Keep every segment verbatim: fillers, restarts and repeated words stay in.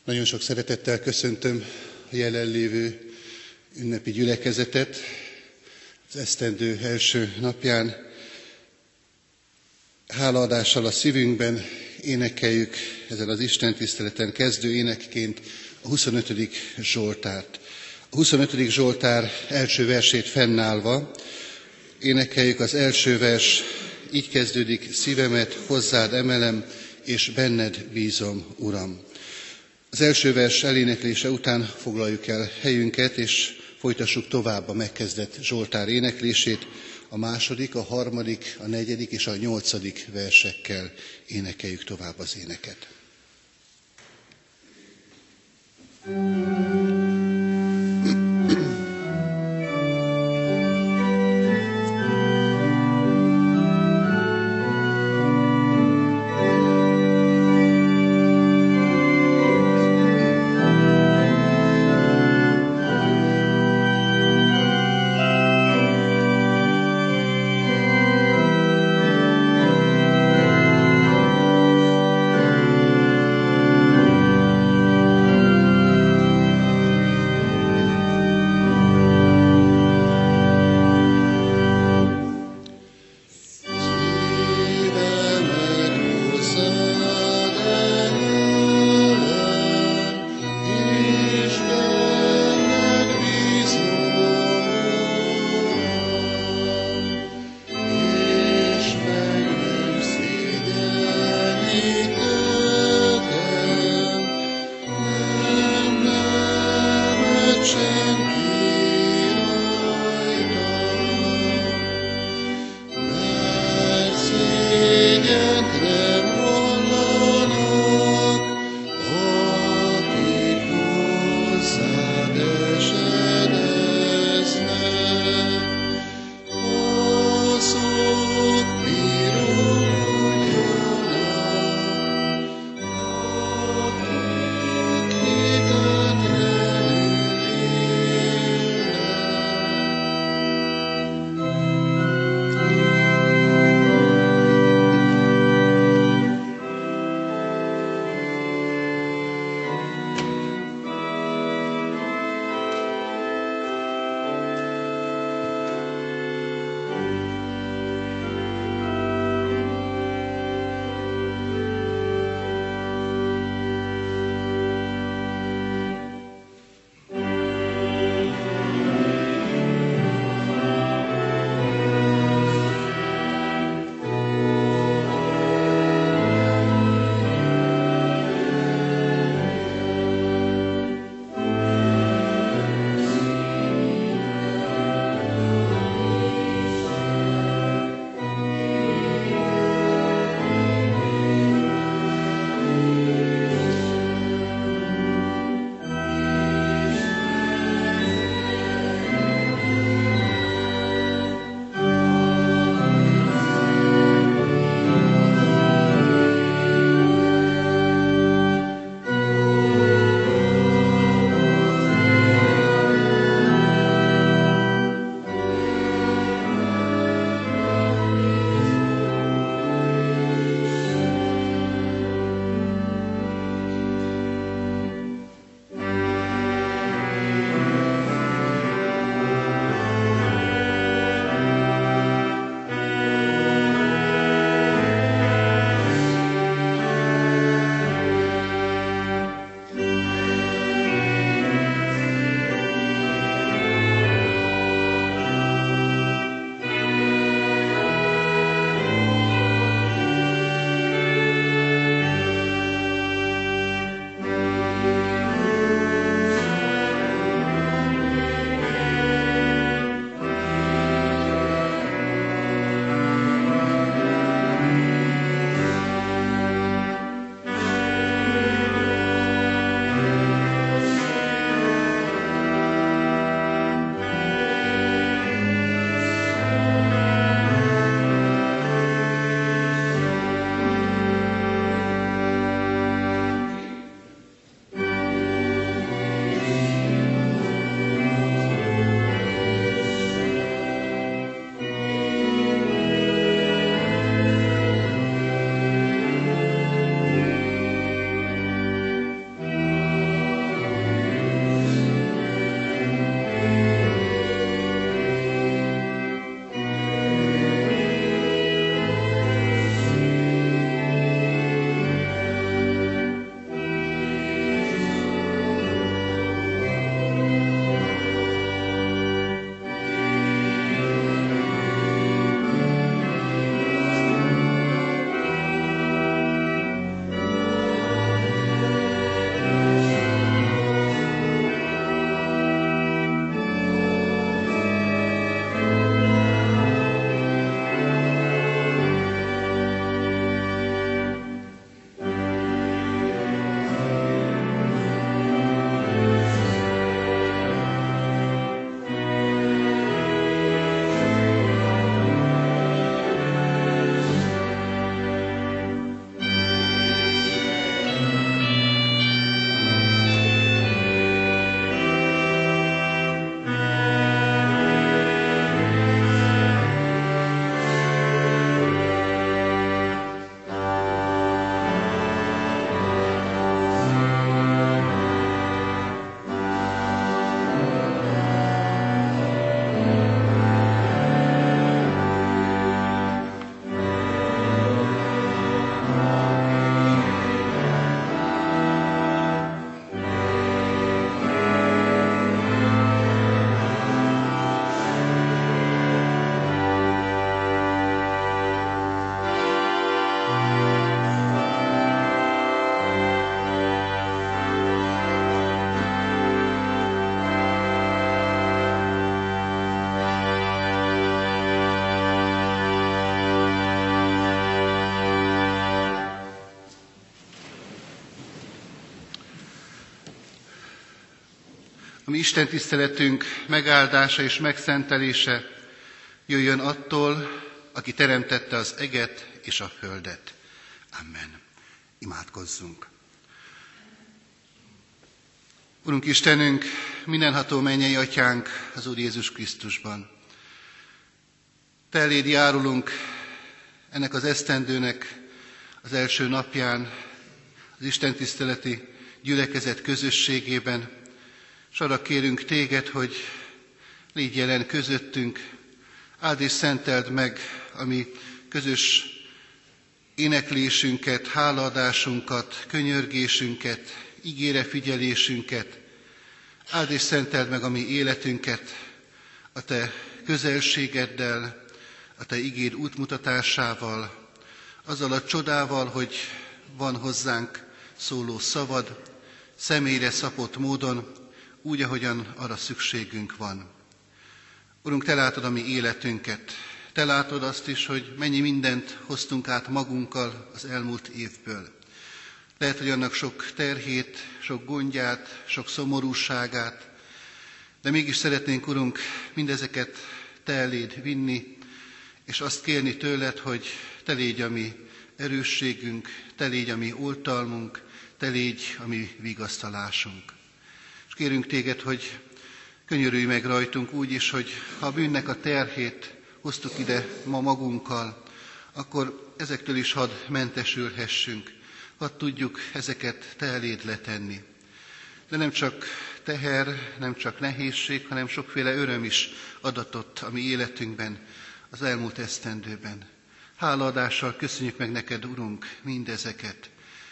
Nagyon sok szeretettel köszöntöm a jelenlévő ünnepi gyülekezetet az esztendő első napján. Hálaadással a szívünkben énekeljük ezen az istentiszteleten kezdő énekként a huszonötödik Zsoltárt. A huszonötödik Zsoltár első versét fennállva énekeljük. Az első vers így kezdődik: szívemet hozzád emelem, és benned bízom, Uram. Az első vers eléneklése után foglaljuk el helyünket, és folytassuk tovább a megkezdett Zsoltár éneklését. A második, a harmadik, a negyedik és a nyolcadik versekkel énekeljük tovább az éneket. Thank you. A mi Isten tiszteletünk megáldása és megszentelése jöjjön attól, aki teremtette az eget és a földet. Amen. Imádkozzunk. Urunk Istenünk, mindenható mennyei Atyánk az Úr Jézus Krisztusban. Te eléd járulunk ennek az esztendőnek az első napján, az Isten tiszteleti gyülekezet közösségében, és arra kérünk Téged, hogy légy jelen közöttünk, áld és szenteld meg a mi közös éneklésünket, hálaadásunkat, könyörgésünket, igére figyelésünket, áld és szenteld meg a mi életünket a Te közelségeddel, a Te igéd útmutatásával, azzal a csodával, hogy van hozzánk szóló szavad, személyre szabott módon, úgy, ahogyan arra szükségünk van. Urunk, Te látod a mi életünket, Te látod azt is, hogy mennyi mindent hoztunk át magunkkal az elmúlt évből. Lehet, hogy annak sok terhét, sok gondját, sok szomorúságát, de mégis szeretnénk, Urunk, mindezeket Te eléd vinni, és azt kérni tőled, hogy Te légy a mi erősségünk, Te légy a mi oltalmunk, Te légy a mi vigasztalásunk. És kérünk Téged, hogy könyörülj meg rajtunk úgy is, hogy ha a bűnnek a terhét hoztuk ide ma magunkkal, akkor ezektől is hadd mentesülhessünk, hadd tudjuk ezeket Te eléd letenni. De nem csak teher, nem csak nehézség, hanem sokféle öröm is adatott a mi életünkben, az elmúlt esztendőben. Hálaadással köszönjük meg neked, Urunk, mindezeket.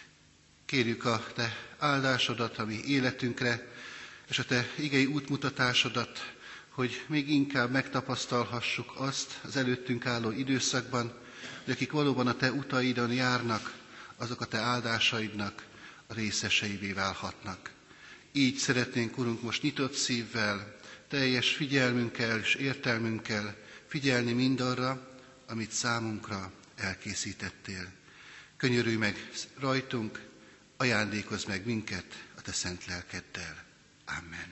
Kérjük a Te áldásodat a mi életünkre, és a Te igei útmutatásodat, hogy még inkább megtapasztalhassuk azt az előttünk álló időszakban, hogy akik valóban a Te utaidon járnak, azok a Te áldásaidnak a részeseivé válhatnak. Így szeretnénk, Urunk, most nyitott szívvel, teljes figyelmünkkel és értelmünkkel figyelni mindarra, amit számunkra elkészítettél. Könyörülj meg rajtunk, ajándékozz meg minket a Te szent lelkeddel. Amen.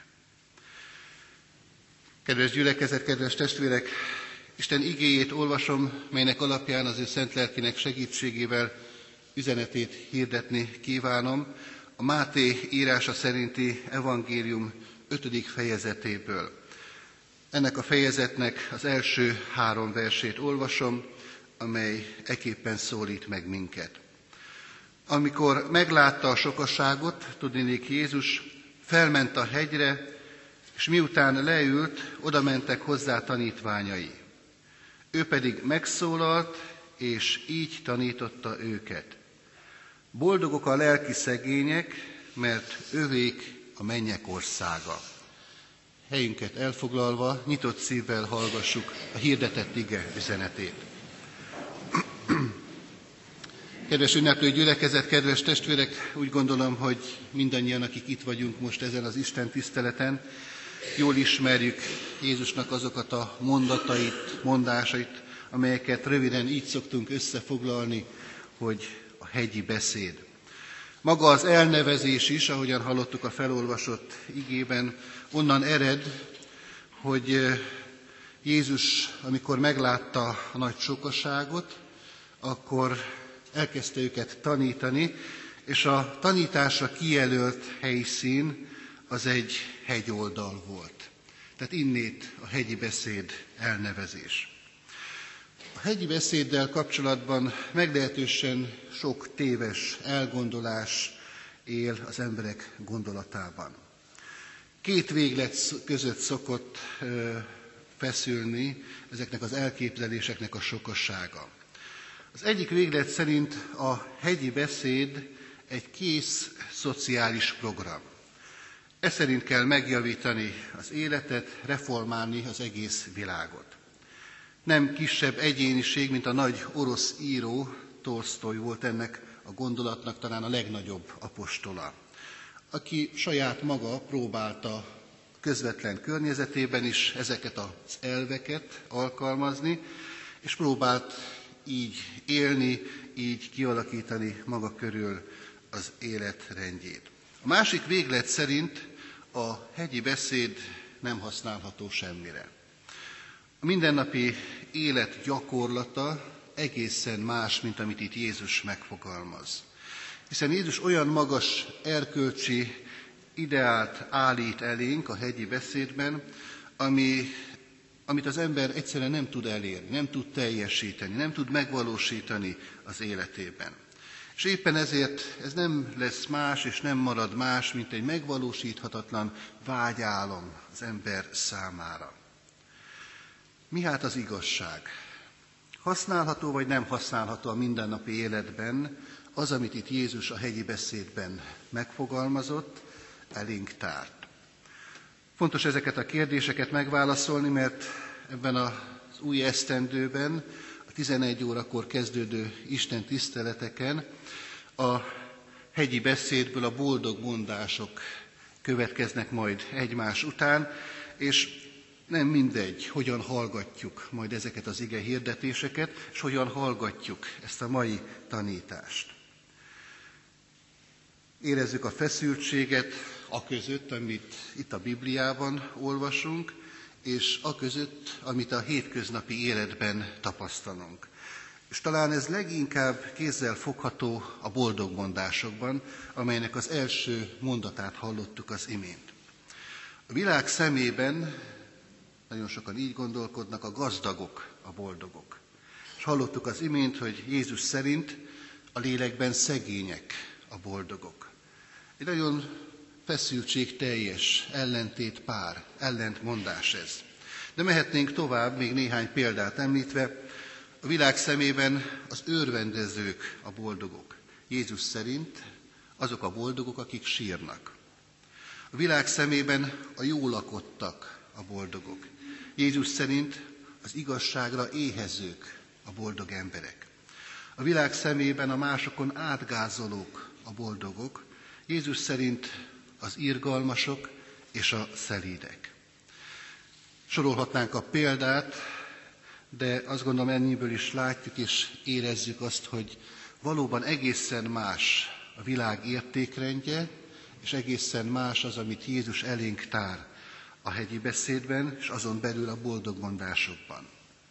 Kedves gyülekezet, kedves testvérek, Isten igéjét olvasom, melynek alapján az ő szent lelkének segítségével üzenetét hirdetni kívánom a Máté írása szerinti evangélium ötödik fejezetéből. Ennek a fejezetnek az első három versét olvasom, amely eképpen szólít meg minket. Amikor meglátta a sokaságot, tudniillik Jézus felment a hegyre, és miután leült, oda mentek hozzá tanítványai. Ő pedig megszólalt, és így tanította őket. Boldogok a lelki szegények, mert övék a mennyek országa. Helyünket elfoglalva, nyitott szívvel hallgassuk a hirdetett ige üzenetét. Kedves ünneplő gyülekezet, kedves testvérek, úgy gondolom, hogy mindannyian, akik itt vagyunk most ezen az Isten tiszteleten, jól ismerjük Jézusnak azokat a mondatait, mondásait, amelyeket röviden így szoktunk összefoglalni, hogy a hegyi beszéd. Maga az elnevezés is, ahogyan hallottuk a felolvasott igében, onnan ered, hogy Jézus, amikor meglátta a nagy sokaságot, akkor elkezdte őket tanítani, és a tanításra kijelölt helyszín az egy hegyoldal volt. Tehát innét a hegyi beszéd elnevezés. A hegyi beszéddel kapcsolatban meglehetősen sok téves elgondolás él az emberek gondolatában. Két véglet között szokott feszülni ezeknek az elképzeléseknek a sokassága. Az egyik véglet szerint a hegyi beszéd egy kész szociális program. Ez szerint kell megjavítani az életet, reformálni az egész világot. Nem kisebb egyéniség, mint a nagy orosz író, Tolsztoj volt ennek a gondolatnak talán a legnagyobb apostola, aki saját maga próbálta közvetlen környezetében is ezeket az elveket alkalmazni, és próbált így élni, így kialakítani maga körül az életrendjét. A másik véglet szerint a hegyi beszéd nem használható semmire. A mindennapi élet gyakorlata egészen más, mint amit itt Jézus megfogalmaz. Hiszen Jézus olyan magas erkölcsi ideált állít elénk a hegyi beszédben, ami, amit az ember egyszerűen nem tud elérni, nem tud teljesíteni, nem tud megvalósítani az életében. És éppen ezért ez nem lesz más, és nem marad más, mint egy megvalósíthatatlan vágyálom az ember számára. Mi hát az igazság? Használható vagy nem használható a mindennapi életben az, amit itt Jézus a hegyi beszédben megfogalmazott, elénk tárt. Fontos ezeket a kérdéseket megválaszolni, mert ebben az új esztendőben, a tizenegy órakor kezdődő Isten tiszteleteken a hegyi beszédből a boldog mondások következnek majd egymás után, és nem mindegy, hogyan hallgatjuk majd ezeket az ige hirdetéseket, és hogyan hallgatjuk ezt a mai tanítást. Érezzük a feszültséget a között, amit itt a Bibliában olvasunk, és a között, amit a hétköznapi életben tapasztalunk. És talán ez leginkább kézzel fogható a boldog mondásokban, amelynek az első mondatát hallottuk az imént. A világ szemében nagyon sokan így gondolkodnak, a gazdagok a boldogok. És hallottuk az imént, hogy Jézus szerint a lélekben szegények a boldogok. Egy nagyon feszültségteljes ellentét pár, ellentmondás ez. De mehetnénk tovább, még néhány példát említve. A világ szemében az örvendezők a boldogok. Jézus szerint azok a boldogok, akik sírnak. A világ szemében a jól lakottak a boldogok. Jézus szerint az igazságra éhezők a boldog emberek. A világ szemében a másokon átgázolók a boldogok. Jézus szerint az irgalmasok és a szelídek. Sorolhatnánk a példát, de azt gondolom, ennyiből is látjuk és érezzük azt, hogy valóban egészen más a világ értékrendje, és egészen más az, amit Jézus elénk tár a hegyi beszédben, és azon belül a boldog mondásokban.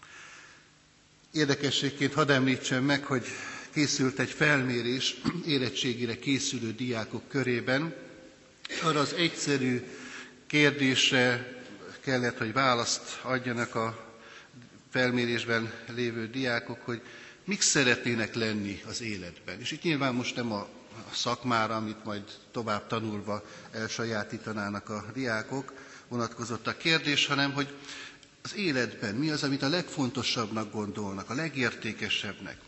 Érdekességként hadd említsem meg, hogy készült egy felmérés érettségire készülő diákok körében. Arra az egyszerű kérdésre kellett, hogy választ adjanak a felmérésben lévő diákok, hogy mik szeretnének lenni az életben. És itt nyilván most nem a szakmára, amit majd tovább tanulva elsajátítanának a diákok, vonatkozott a kérdés, hanem hogy az életben mi az, amit a legfontosabbnak gondolnak, a legértékesebbnek.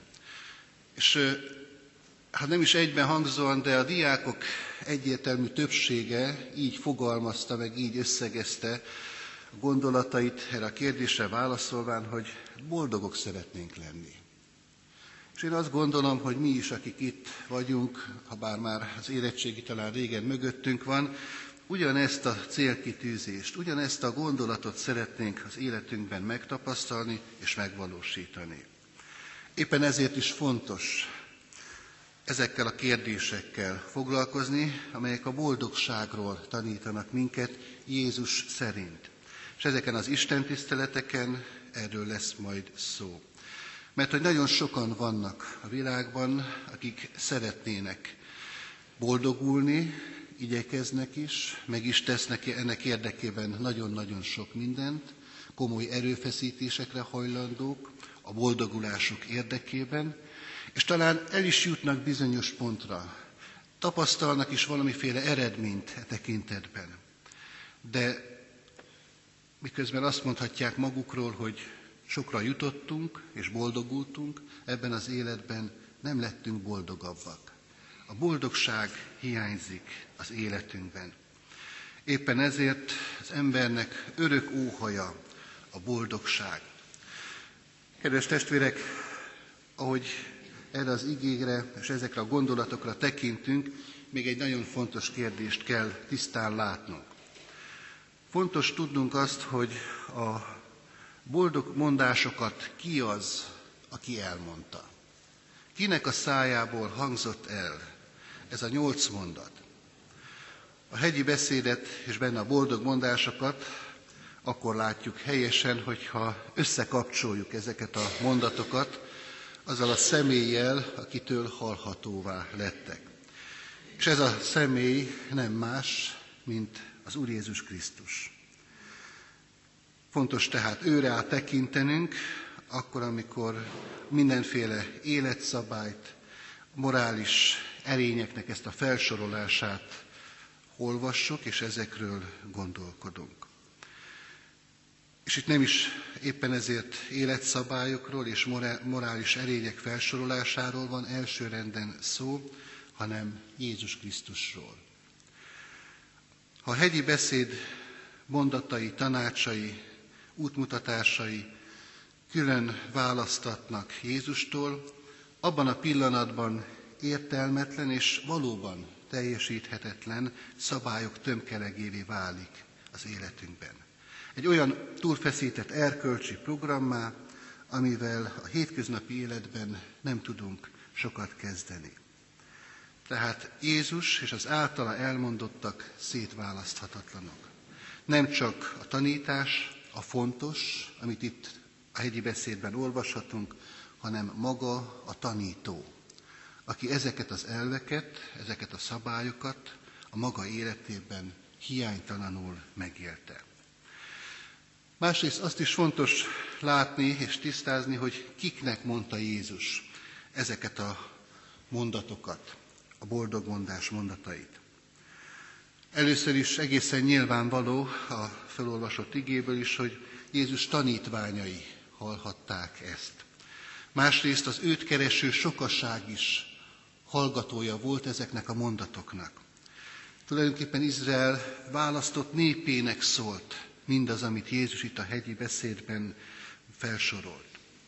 És hát nem is egyben hangzóan, de a diákok egyértelmű többsége így fogalmazta, meg így összegezte a gondolatait erre a kérdésre válaszolván, hogy boldogok szeretnénk lenni. És én azt gondolom, hogy mi is, akik itt vagyunk, ha bár már az érettségi talán régen mögöttünk van, ugyanezt a célkitűzést, ugyanezt a gondolatot szeretnénk az életünkben megtapasztalni és megvalósítani. Éppen ezért is fontos ezekkel a kérdésekkel foglalkozni, amelyek a boldogságról tanítanak minket Jézus szerint. És ezeken az istentiszteleteken erről lesz majd szó. Mert hogy nagyon sokan vannak a világban, akik szeretnének boldogulni, igyekeznek is, meg is tesznek ennek érdekében nagyon-nagyon sok mindent, komoly erőfeszítésekre hajlandók a boldogulásuk érdekében, és talán el is jutnak bizonyos pontra, tapasztalnak is valamiféle eredményt e tekintetben. De miközben azt mondhatják magukról, hogy sokra jutottunk és boldogultunk, ebben az életben nem lettünk boldogabbak. A boldogság hiányzik az életünkben. Éppen ezért az embernek örök óhaja a boldogság. Kedves testvérek, ahogy erre az igére és ezekre a gondolatokra tekintünk, még egy nagyon fontos kérdést kell tisztán látnunk. Fontos tudnunk azt, hogy a boldog mondásokat ki az, aki elmondta. Kinek a szájából hangzott el ez a nyolc mondat? A hegyi beszédet és benne a boldog mondásokat akkor látjuk helyesen, hogyha összekapcsoljuk ezeket a mondatokat azzal a személlyel, akitől hallhatóvá lettek. És ez a személy nem más, mint az Úr Jézus Krisztus. Fontos tehát őre áll tekintenünk, akkor, amikor mindenféle életszabályt, morális erényeknek ezt a felsorolását olvassuk, és ezekről gondolkodunk. És itt nem is éppen ezért életszabályokról és morális erények felsorolásáról van elsőrenden szó, hanem Jézus Krisztusról. Ha a hegyi beszéd mondatai, tanácsai, útmutatásai külön választatnak Jézustól, abban a pillanatban értelmetlen és valóban teljesíthetetlen szabályok tömkelegévé válik az életünkben. Egy olyan túlfeszített erkölcsi programmá, amivel a hétköznapi életben nem tudunk sokat kezdeni. Tehát Jézus és az általa elmondottak szétválaszthatatlanok. Nem csak a tanítás a fontos, amit itt a hegyi beszédben olvashatunk, hanem maga a tanító, aki ezeket az elveket, ezeket a szabályokat a maga életében hiánytalanul megélte. Másrészt azt is fontos látni és tisztázni, hogy kiknek mondta Jézus ezeket a mondatokat, a boldogmondás mondatait. Először is egészen nyilvánvaló a felolvasott igéből is, hogy Jézus tanítványai hallhatták ezt. Másrészt az őt kereső sokaság is hallgatója volt ezeknek a mondatoknak. Tulajdonképpen Izrael választott népének szólt mindaz, amit Jézus itt a hegyi beszédben felsorolt.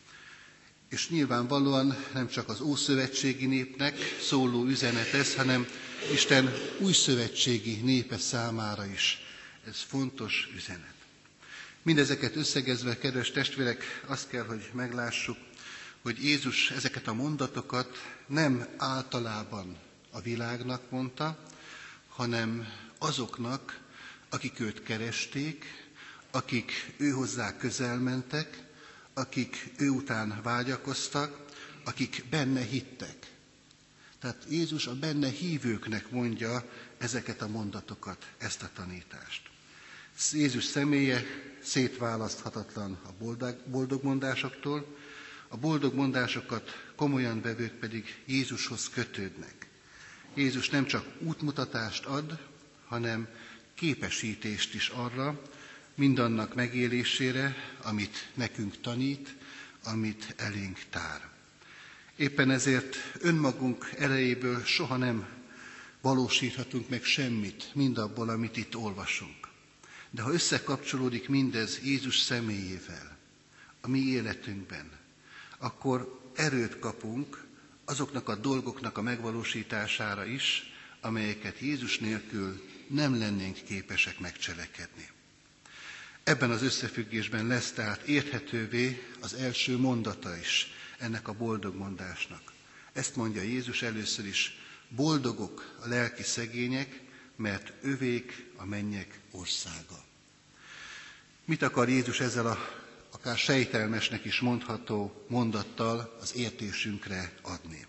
És nyilvánvalóan nem csak az ószövetségi népnek szóló üzenet ez, hanem Isten újszövetségi népe számára is ez fontos üzenet. Mindezeket összegezve, kedves testvérek, azt kell, hogy meglássuk, hogy Jézus ezeket a mondatokat nem általában a világnak mondta, hanem azoknak, akik őt keresték, akik ő hozzá közel mentek, akik ő után vágyakoztak, akik benne hittek. Tehát Jézus a benne hívőknek mondja ezeket a mondatokat, ezt a tanítást. Jézus személye szétválaszthatatlan a boldogmondásoktól, a boldogmondásokat komolyan vevők pedig Jézushoz kötődnek. Jézus nem csak útmutatást ad, hanem képesítést is arra, mindannak megélésére, amit nekünk tanít, amit elénk tár. Éppen ezért önmagunk erejéből soha nem valósíthatunk meg semmit, mindabból, amit itt olvasunk. De ha összekapcsolódik mindez Jézus személyével, a mi életünkben, akkor erőt kapunk azoknak a dolgoknak a megvalósítására is, amelyeket Jézus nélkül nem lennénk képesek megcselekedni. Ebben az összefüggésben lesz tehát érthetővé az első mondata is ennek a boldogmondásnak. Ezt mondja Jézus először is, boldogok a lelki szegények, mert övék a mennyek országa. Mit akar Jézus ezzel a akár sejtelmesnek is mondható mondattal az értésünkre adni?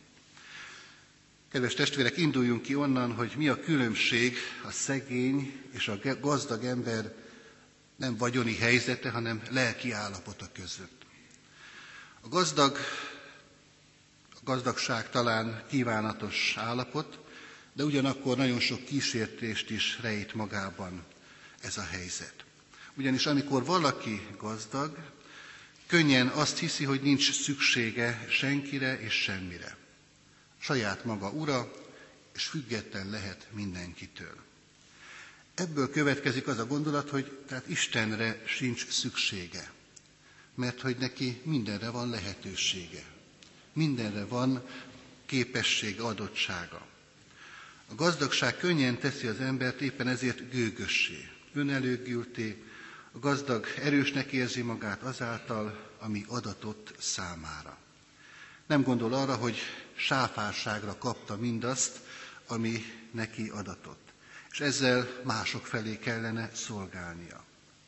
Kedves testvérek, induljunk ki onnan, hogy mi a különbség a szegény és a gazdag ember nem vagyoni helyzete, hanem lelki állapota között. A gazdag, a gazdagság talán kívánatos állapot, de ugyanakkor nagyon sok kísértést is rejt magában ez a helyzet. Ugyanis amikor valaki gazdag, könnyen azt hiszi, hogy nincs szüksége senkire és semmire. Saját maga ura, és független lehet mindenkitől. Ebből következik az a gondolat, hogy tehát Istenre sincs szüksége, mert hogy neki mindenre van lehetősége, mindenre van képessége, adottsága. A gazdagság könnyen teszi az embert éppen ezért gőgössé, önelőgülté, a gazdag erősnek érzi magát azáltal, ami adatott számára. Nem gondol arra, hogy sáfárságra kapta mindazt, ami neki adatott. és ezzel mások felé kellene szolgálnia.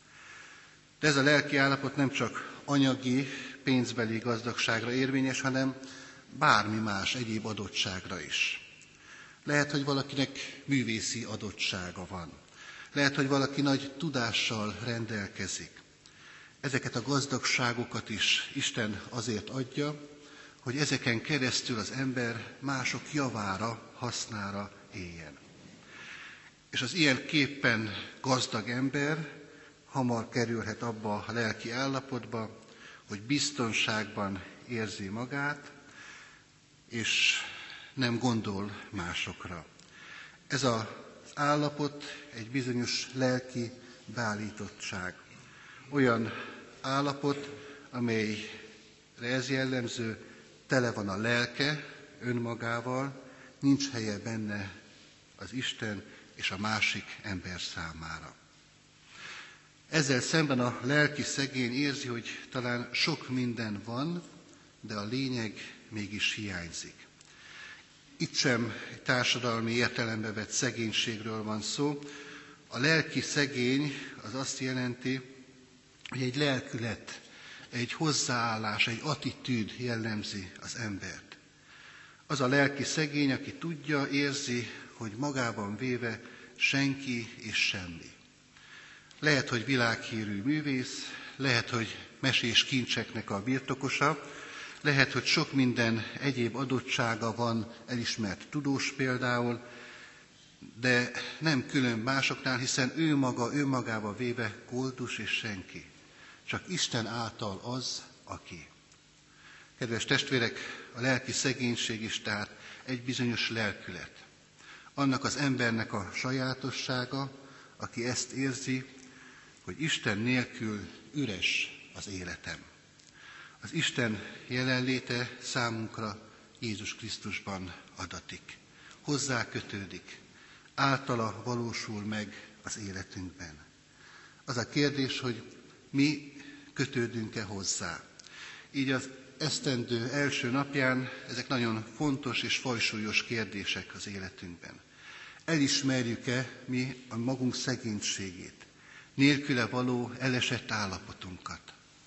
De ez a lelki állapot nem csak anyagi, pénzbeli gazdagságra érvényes, hanem bármi más egyéb adottságra is. Lehet, hogy valakinek művészi adottsága van. Lehet, hogy valaki nagy tudással rendelkezik. Ezeket a gazdagságokat is Isten azért adja, hogy ezeken keresztül az ember mások javára, hasznára éljen. És az ilyen képpen gazdag ember hamar kerülhet abba a lelki állapotba, hogy biztonságban érzi magát, és nem gondol másokra. Ez az állapot egy bizonyos lelki beállítottság. Olyan állapot, amelyre ez jellemző, tele van a lelke önmagával, nincs helye benne az Isten és a másik ember számára. Ezzel szemben a lelki szegény érzi, hogy talán sok minden van, de a lényeg mégis hiányzik. Itt sem társadalmi értelembe vett szegénységről van szó. A lelki szegény az azt jelenti, hogy egy lelkület, egy hozzáállás, egy attitűd jellemzi az embert. Az a lelki szegény, aki tudja, érzi, hogy magában véve senki és semmi. Lehet, hogy világhírű művész, lehet, hogy mesés kincseknek a birtokosa, lehet, hogy sok minden egyéb adottsága van, elismert tudós például, de nem külön másoknál, hiszen ő maga, ő magába véve koldus és senki. Csak Isten által az, aki. Kedves testvérek, a lelki szegénység is tehát egy bizonyos lelkület. Annak az embernek a sajátossága, aki ezt érzi, hogy Isten nélkül üres az életem. Az Isten jelenléte számunkra Jézus Krisztusban adatik. Hozzá kötődik, általa valósul meg az életünkben. Az a kérdés, hogy mi kötődünk-e hozzá. Így az esztendő első napján ezek nagyon fontos és fajsúlyos kérdések az életünkben. Elismerjük-e mi a magunk szegénységét, nélküle való elesett állapotunkat?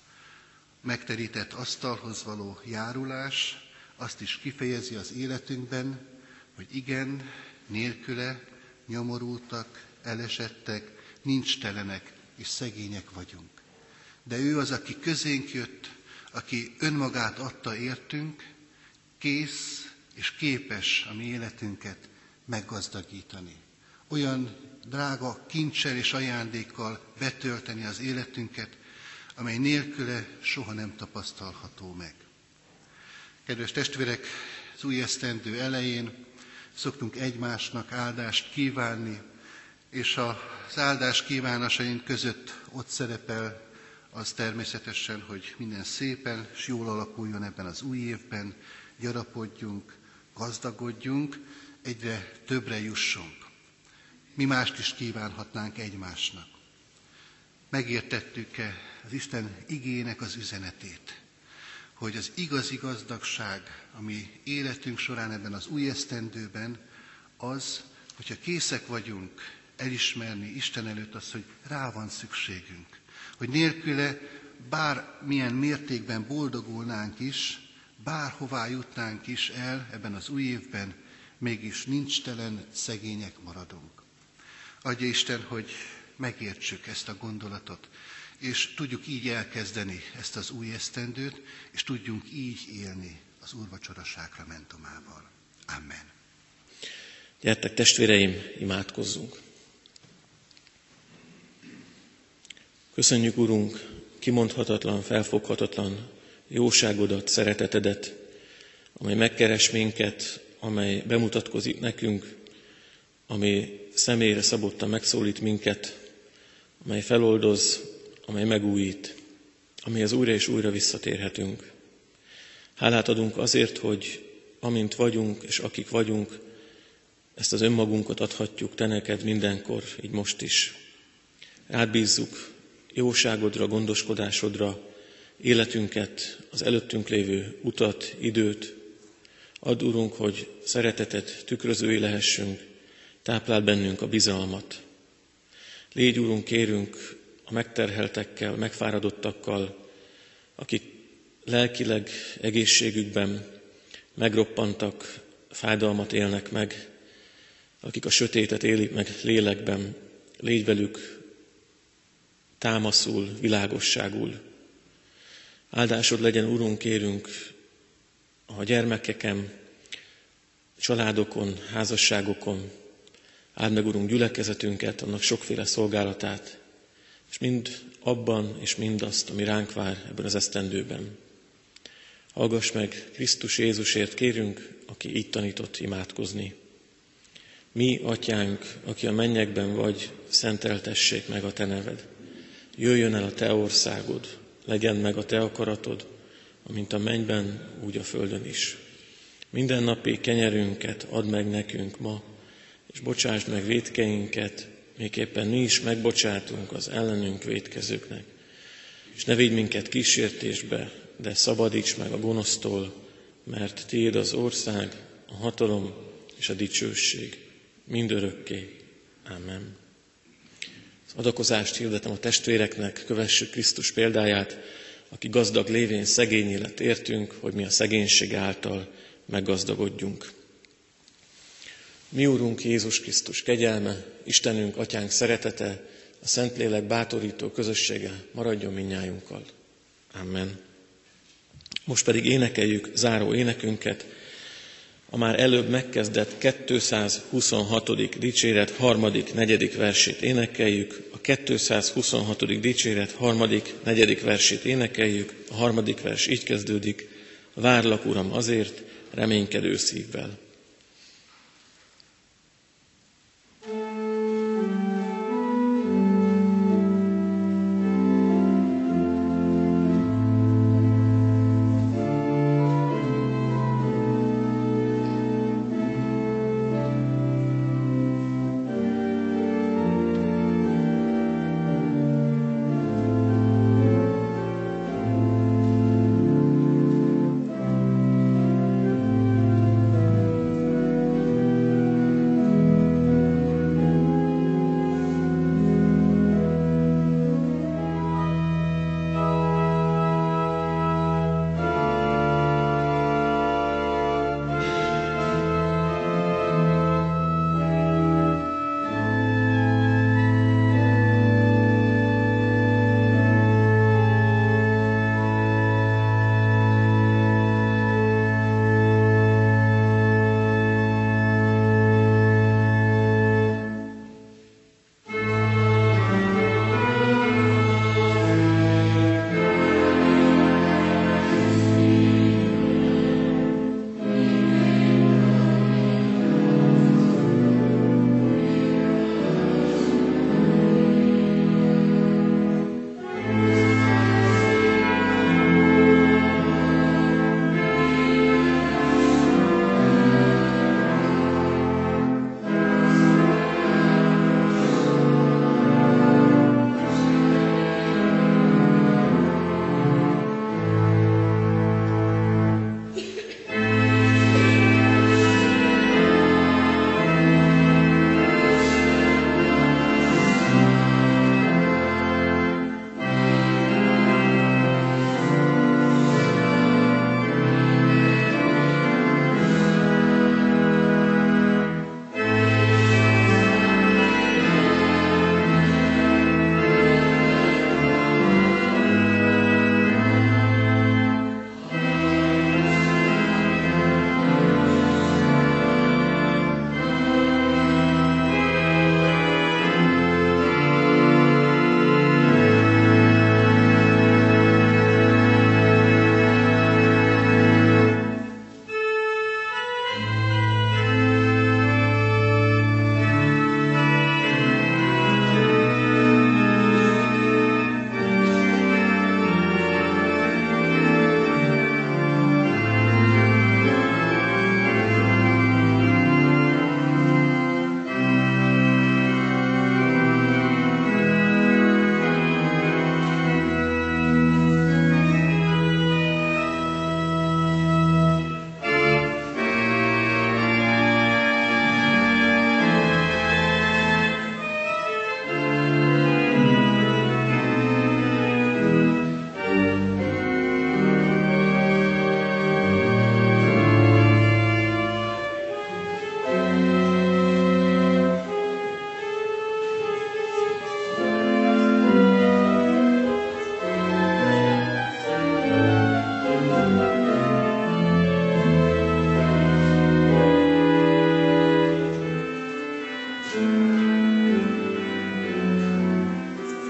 Megterített asztalhoz való járulás azt is kifejezi az életünkben, hogy igen, nélküle nyomorultak, elesettek, nincstelenek és szegények vagyunk. De ő az, aki közénk jött, aki önmagát adta értünk, kész és képes a mi életünket meggazdagítani. Olyan drága kincsel és ajándékkal betölteni az életünket, amely nélküle soha nem tapasztalható meg. Kedves testvérek, az új esztendő elején szoktunk egymásnak áldást kívánni, és az áldás kívánásaink között ott szerepel az természetesen, hogy minden szépen és jól alakuljon ebben az új évben, gyarapodjunk, gazdagodjunk, egyre többre jussunk. Mi mást is kívánhatnánk egymásnak. Megértettük-e az Isten igének az üzenetét, hogy az igazi gazdagság, ami életünk során ebben az új esztendőben, az, hogyha készek vagyunk elismerni Isten előtt azt, hogy rá van szükségünk, hogy nélküle bármilyen mértékben boldogulnánk is, bárhová jutnánk is el ebben az új évben, mégis nincstelen szegények maradunk. Adja Isten, hogy megértsük ezt a gondolatot, és tudjuk így elkezdeni ezt az új esztendőt, és tudjunk így élni az úrvacsora sákramentumával. Amen. Gyertek, testvéreim, imádkozzunk. Köszönjük, Urunk, kimondhatatlan, felfoghatatlan jóságodat, szeretetedet, amely megkeres minket, amely bemutatkozik nekünk, ami személyre szabottan megszólít minket, amely feloldoz, amely megújít, amihez újra és újra visszatérhetünk. Hálát adunk azért, hogy amint vagyunk és akik vagyunk, ezt az önmagunkat adhatjuk te neked mindenkor, így most is. Rád bízzuk jóságodra, gondoskodásodra, életünket, az előttünk lévő utat, időt. Add, Urunk, hogy szereteted tükrözői lehessünk, tápláld bennünk a bizalmat. Légy, Úrunk, kérünk a megterheltekkel, megfáradottakkal, akik lelkileg, egészségükben megroppantak, fájdalmat élnek meg, akik a sötétet élik meg lélekben, légy velük támaszul, világosságul. Áldásod legyen, Urunk, kérünk a gyermekeken, családokon, házasságokon. Áld meg, Urunk, gyülekezetünket, annak sokféle szolgálatát, és mind abban, és mindazt, ami ránk vár ebben az esztendőben. Hallgass meg Krisztus Jézusért, kérünk, aki így tanított imádkozni. Mi, Atyánk, aki a mennyekben vagy, szenteltessék meg a Te neved. Jöjjön el a Te országod, legyen meg a Te akaratod, amint a mennyben, úgy a földön is. Minden napi kenyerünket add meg nekünk ma, és bocsásd meg vétkeinket, miképpen mi is megbocsátunk az ellenünk vétkezőknek. És ne vigy minket kísértésbe, de szabadíts meg a gonosztól, mert Tiéd az ország, a hatalom és a dicsőség mindörökké. Amen. Az adakozást hirdetem a testvéreknek, kövessük Krisztus példáját, aki gazdag lévén szegényé lett értünk, hogy mi a szegénység által meggazdagodjunk. Mi Úrunk Jézus Krisztus kegyelme, Istenünk, Atyánk szeretete, a Szentlélek bátorító közössége maradjon mindnyájunkkal. Amen. Most pedig énekeljük záró énekünket, a már előbb megkezdett kétszázhuszonhatodik dicséret harmadik, negyedik versét énekeljük, a kétszázhuszonhatodik dicséret harmadik, negyedik versét énekeljük, a harmadik vers így kezdődik: Várlak, Uram, azért reménykedő szívvel.